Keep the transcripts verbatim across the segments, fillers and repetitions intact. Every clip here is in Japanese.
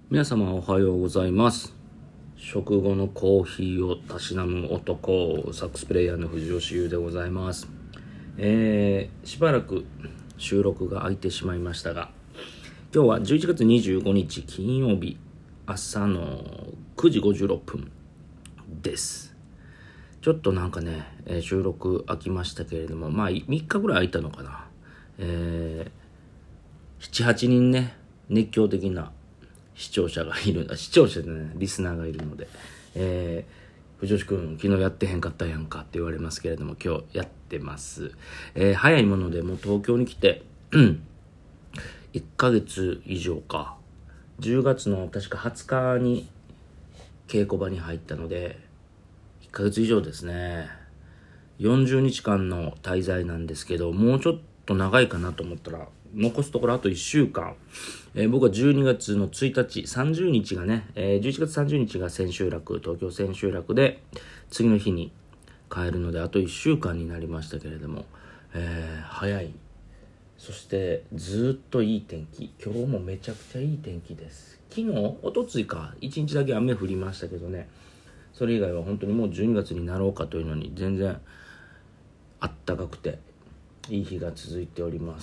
皆様おはようございます。食後のコーヒーをたしなむ男、サックスプレイヤーの藤吉優でございます。えー、しばらく収録が空いてしまいましたが、今日はじゅういちがつにじゅうごにち金曜日朝のくじごじゅうろっぷんです。ちょっとなんかね、えー、収録空きましたけれども、まあみっかぐらい空いたのかな。えー、ななはちにんね、熱狂的な視聴者がいる、視聴者でね、リスナーがいるので、えー、藤吉くん、昨日やってへんかったやんかって言われますけれども、今日やってます。えー、早いものでもう東京に来て、いっかげつ以上か。じゅうがつの確かはつかに稽古場に入ったので、いっかげつ以上ですね。よんじゅうにちかんの滞在なんですけど、もうちょっと長いかなと思ったら、残すところあといっしゅうかん、えー、僕はじゅうにがつのついたちさんじゅうにちがね、えー、じゅういちがつさんじゅうにちが千秋楽、東京千秋楽で次の日に帰るのであといっしゅうかんになりましたけれども、えー、早い。そしてずっといい天気、今日もめちゃくちゃいい天気です。昨日おとついかいちにちだけ雨降りましたけどね、それ以外は本当にもうじゅうにがつになろうかというのに全然あったかくていい日が続いております。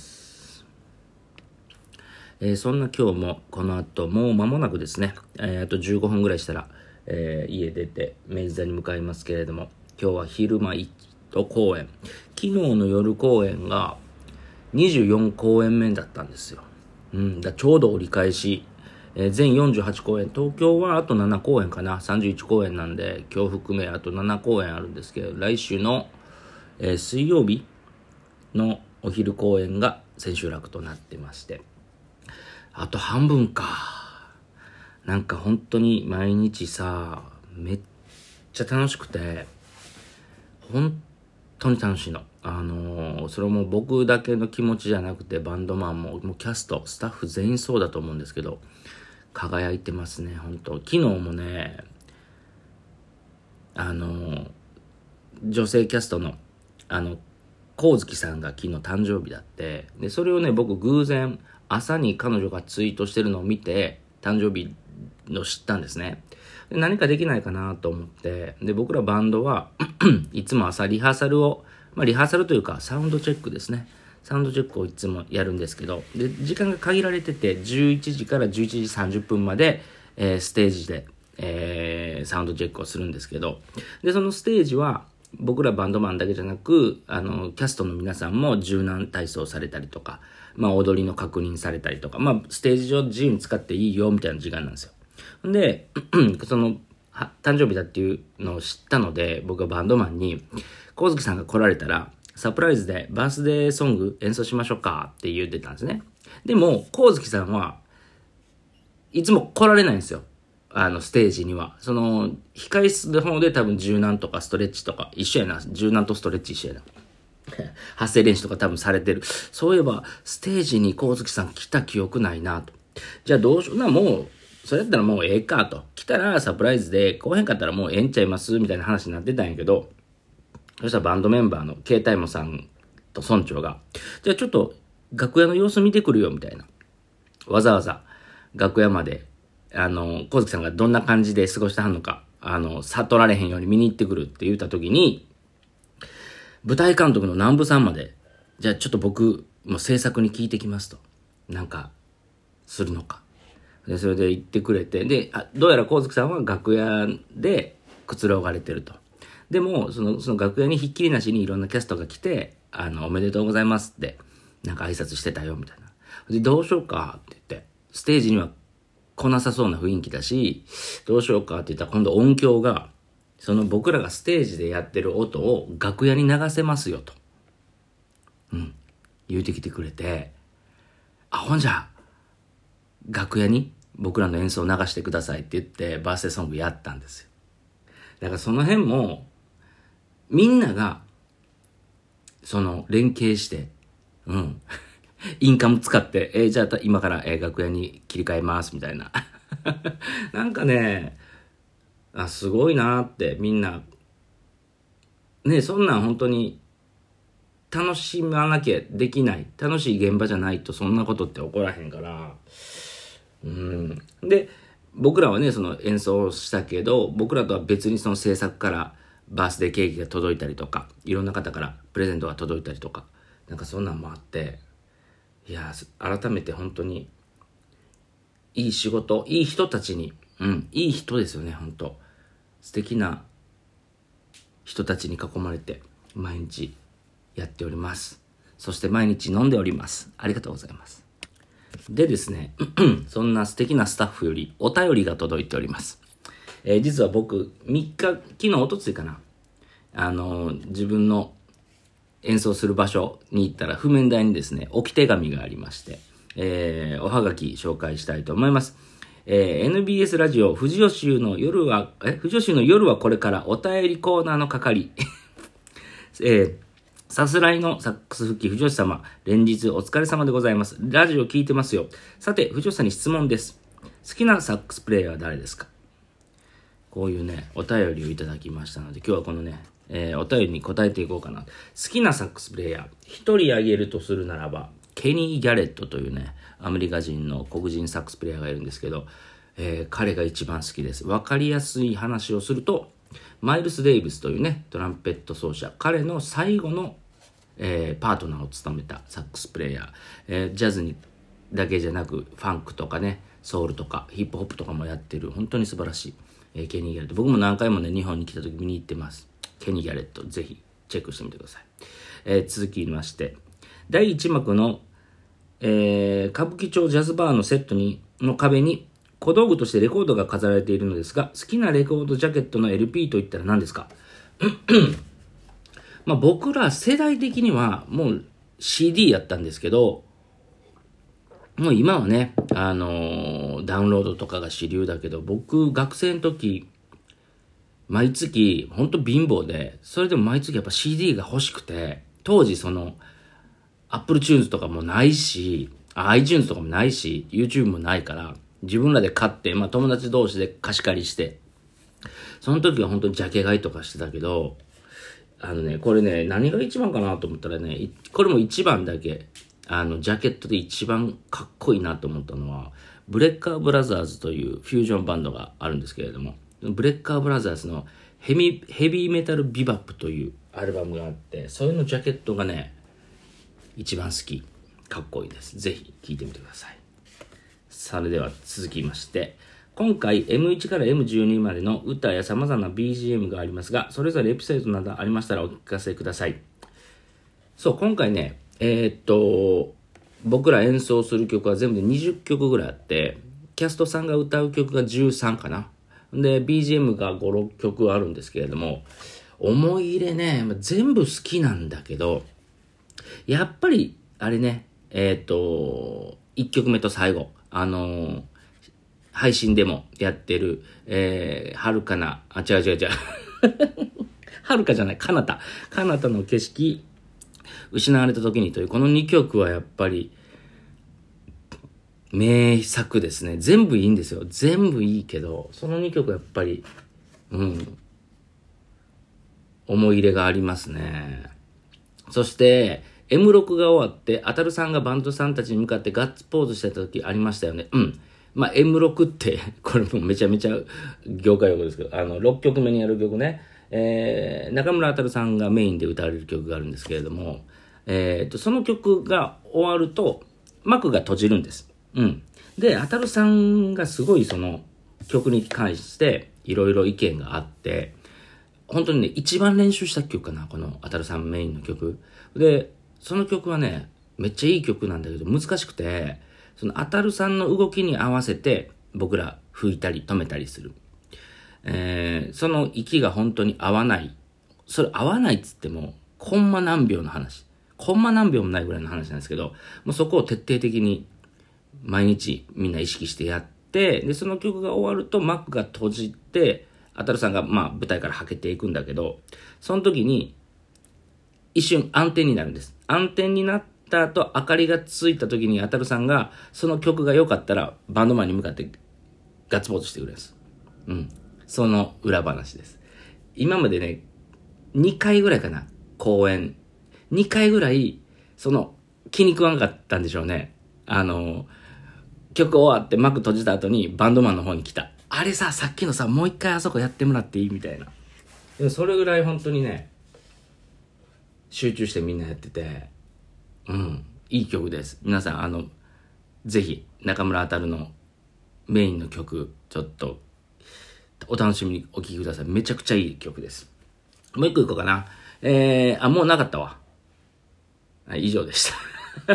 えー、そんな今日もこの後もう間もなくですね、えー、あとじゅうごふんぐらいしたら、えー、家出て明治座に向かいますけれども、今日は昼間一公演、昨日の夜公演がにじゅうよんこうえんめだったんですよ。うん、だちょうど折り返し、えー、全よんじゅうはちこうえん、東京はあとななこうえんかな、さんじゅういちこうえんなんで今日含めあとななこうえんあるんですけど、来週の、えー、水曜日のお昼公演が千秋楽となってまして、あと半分か。なんか本当に毎日さ、めっちゃ楽しくて、本当に楽しいの。あのー、それも僕だけの気持ちじゃなくて、バンドマンも、もうキャスト、スタッフ全員そうだと思うんですけど、輝いてますね、本当。昨日もね、あのー、女性キャストの、あの、光月さんが昨日誕生日だって、で、それをね、僕偶然、朝に彼女がツイートしてるのを見て誕生日の知ったんですね。で何かできないかなと思って、で僕らバンドはいつも朝リハーサルを、まあ、リハーサルというかサウンドチェックですね、サウンドチェックをいつもやるんですけど、で時間が限られててじゅういちじからじゅういちじさんじゅっぷんまで、えー、ステージで、えー、サウンドチェックをするんですけど、でそのステージは僕らバンドマンだけじゃなく、あのキャストの皆さんも柔軟体操されたりとか、まあ踊りの確認されたりとか、まあステージ上自由に使っていいよみたいな時間なんですよ。で、その誕生日だっていうのを知ったので、僕はバンドマンに光月さんが来られたらサプライズでバースデーソング演奏しましょうかって言ってたんですね。でも光月さんはいつも来られないんですよ。あのステージにはその控室の方で多分柔軟とかストレッチとか一緒やな、柔軟とストレッチ一緒やな発声練習とか多分されてる。そういえばステージに光月さん来た記憶ないなと。じゃあどうしような、もうそれやったらもうええかと、来たらサプライズで来へんかったらもうええんちゃいますみたいな話になってたんやけど、そしたらバンドメンバーのケイタイモさんと村長が、じゃあちょっと楽屋の様子見てくるよみたいな、わざわざ楽屋まであの光月さんがどんな感じで過ごしてはんのか、あの悟られへんように見に行ってくるって言った時に、舞台監督の南部さんまで、じゃあちょっと僕もう制作に聞いてきますと、なんかするのかで、それで言ってくれて、であどうやら光月さんは楽屋でくつろがれてると。でもそのその楽屋にひっきりなしにいろんなキャストが来て、あのおめでとうございますってなんか挨拶してたよみたいな。でどうしようかって言って、ステージには来なさそうな雰囲気だし、どうしようかって言ったら今度音響がその僕らがステージでやってる音を楽屋に流せますよと、うん、言うてきてくれて、あ、ほんじゃ楽屋に僕らの演奏を流してくださいって言ってバースデーソングやったんですよ。だからその辺もみんながその連携して、うんインカム使って、えー、じゃあ今から、えー、楽屋に切り替えますみたいななんかね、あ、すごいなって、みんなね、そんなん本当に楽しまなきゃできない、楽しい現場じゃないとそんなことって起こらへんから、うん。で僕らはね、その演奏したけど、僕らとは別にその制作からバースデーケーキが届いたりとか、いろんな方からプレゼントが届いたりとか、なんかそんなんもあって、いや、改めて本当に、いい仕事、いい人たちに、うん、いい人ですよね、本当素敵な人たちに囲まれて、毎日やっております。そして毎日飲んでおります。ありがとうございます。でですね、そんな素敵なスタッフよりお便りが届いております。えー、実は僕、みっか、昨日、おとついかな、あのー、自分の演奏する場所に行ったら、譜面台にですね、置き手紙がありまして、えー、おはがき紹介したいと思います。えー、エヌビーエス ラジオ、藤吉優の夜は、え、藤吉優の夜はこれからお便りコーナーの係。えーさすらいのサックス復帰、藤吉様、連日お疲れ様でございます。ラジオ聞いてますよ。さて、藤吉さんに質問です。好きなサックスプレイヤーは誰ですか？こういうね、お便りをいただきましたので、今日はこのね、えー、お便りに答えていこうかな。好きなサックスプレイヤー、一人挙げるとするならば、ケニー・ギャレットというね、アメリカ人の黒人サックスプレイヤーがいるんですけど、えー、彼が一番好きです。わかりやすい話をすると、マイルス・デイビスというね、トランペット奏者、彼の最後のえー、パートナーを務めたサックスプレイヤー、えー、ジャズにだけじゃなくファンクとかね、ソウルとかヒップホップとかもやってる本当に素晴らしい、えー、ケニー・ギャレット。僕も何回もね日本に来た時見に行ってます。ケニー・ギャレットぜひチェックしてみてください。えー、続きましてだいいち幕の、えー、歌舞伎町ジャズバーのセットにの壁に小道具としてレコードが飾られているのですが、好きなレコードジャケットの エルピー といったら何ですか？まあ僕ら世代的にはもう シーディー やったんですけど、もう今はね、あのー、ダウンロードとかが主流だけど、僕学生の時、毎月、ほんと貧乏で、それでも毎月やっぱ シーディー が欲しくて、当時その、Apple Tunes とかもないし、iTunes とかもないし、YouTube もないから、自分らで買って、まあ友達同士で貸し借りして、その時は本当にジャケ買いとかしてたけど、あのね、これね、何が一番かなと思ったらね、これも一番だけ、あの、ジャケットで一番かっこいいなと思ったのは、ブレッカーブラザーズというフュージョンバンドがあるんですけれども、ブレッカーブラザーズのヘミヘビーメタルビバップというアルバムがあって、それのジャケットがね、一番好き。かっこいいです。ぜひ聴いてみてください。それでは続きまして、今回 エムワン から エムじゅうに までの歌や様々な ビージーエム がありますが、それぞれエピソードなどありましたらお聞かせください。そう、今回ね、えー、っと、僕ら演奏する曲は全部でにじゅっきょくぐらいあって、キャストさんが歌う曲がじゅうさんかな。で、ビージーエム がご、ろっきょくあるんですけれども、思い入れね、全部好きなんだけど、やっぱり、あれね、えー、っと、いっきょくめと最後、あのー、配信でもやってる、えー、はるかな、あ、違う違う違う。はるかじゃない、かなた。かなたの景色、失われた時にという、このにきょくはやっぱり、名作ですね。全部いいんですよ。全部いいけど、そのにきょくやっぱり、うん、思い入れがありますね。そして、エムろく が終わって、あたるさんがバンドさんたちに向かってガッツポーズしてた時ありましたよね。うん。まあ、エムろく って、これもめちゃめちゃ業界用語ですけど、あの、ろっきょくめにやる曲ね、えー、中村あたるさんがメインで歌われる曲があるんですけれども、えーと、その曲が終わると、幕が閉じるんです。うん。で、あたるさんがすごいその曲に関して、いろいろ意見があって、本当にね、一番練習した曲かな、このあたるさんメインの曲。で、その曲はね、めっちゃいい曲なんだけど、難しくて、そのあたるさんの動きに合わせて僕ら吹いたり止めたりする、えー、その息が本当に合わない、それ合わないっつってもコンマ何秒の話、コンマ何秒もないぐらいの話なんですけど、もうそこを徹底的に毎日みんな意識してやって、でその曲が終わると幕が閉じて、あたるさんがまあ舞台からはけていくんだけど、その時に一瞬暗転になるんです。暗転になった後、明かりがついた時にあたるさんがその曲が良かったらバンドマンに向かってガッツポーズしてくれるんです。うん。その裏話です。今までね、にかいぐらいかな、公演。にかいぐらい、その、気に食わなかったんでしょうね。あの、曲終わって幕閉じた後にバンドマンの方に来た。 あれさ、さっきのさ、もう一回あそこやってもらっていいみたいな。でもそれぐらい本当にね、集中してみんなやってて、うん、いい曲です。皆さん、あの、ぜひ、中村あたるのメインの曲、ちょっと、お楽しみにお聴きください。めちゃくちゃいい曲です。もう一個いこうかな。えー、あ、もうなかったわ。はい、以上でした。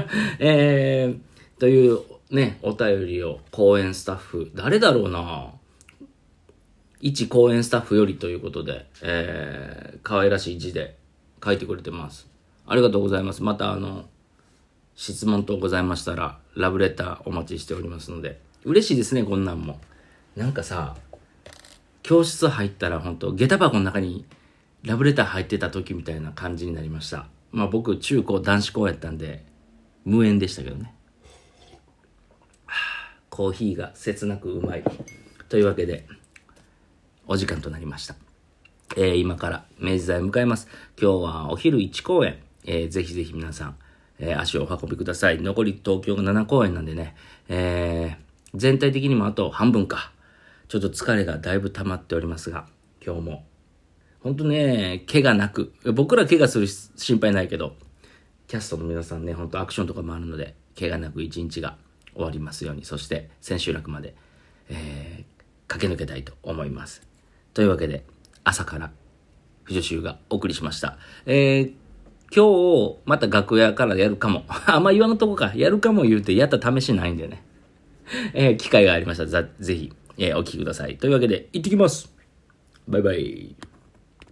えー、というね、お便りを公演スタッフ、誰だろうな一公演スタッフよりということで、えー、可愛らしい字で書いてくれてます。ありがとうございます。またあの、質問等ございましたら、ラブレターお待ちしておりますので、嬉しいですね、こんなんも。なんかさ、教室入ったら本当下駄箱の中にラブレター入ってた時みたいな感じになりました。まあ僕、中高男子校やったんで、無縁でしたけどね。はあ、コーヒーが切なくうまい。というわけで、お時間となりました。えー、今から明治座へ向かいます。今日はお昼いち公演、えー、ぜひぜひ皆さん、えー、足をお運びください。残り東京がなな公演なんでね、えー、全体的にもあと半分か。ちょっと疲れがだいぶ溜まっておりますが、今日もほんとね、怪我なく、僕ら怪我する心配ないけど、キャストの皆さんね、ほんとアクションとかもあるので、怪我なく一日が終わりますように、そして千秋楽まで、えー、駆け抜けたいと思います。というわけで、朝から藤集がお送りしました。えー、今日、また楽屋からやるかも。あんま言わんとこか。やるかも言うて、やった試しないんでね。えー、機会がありましたら、ぜひ、えー、お聞きください。というわけで、行ってきます。バイバイ。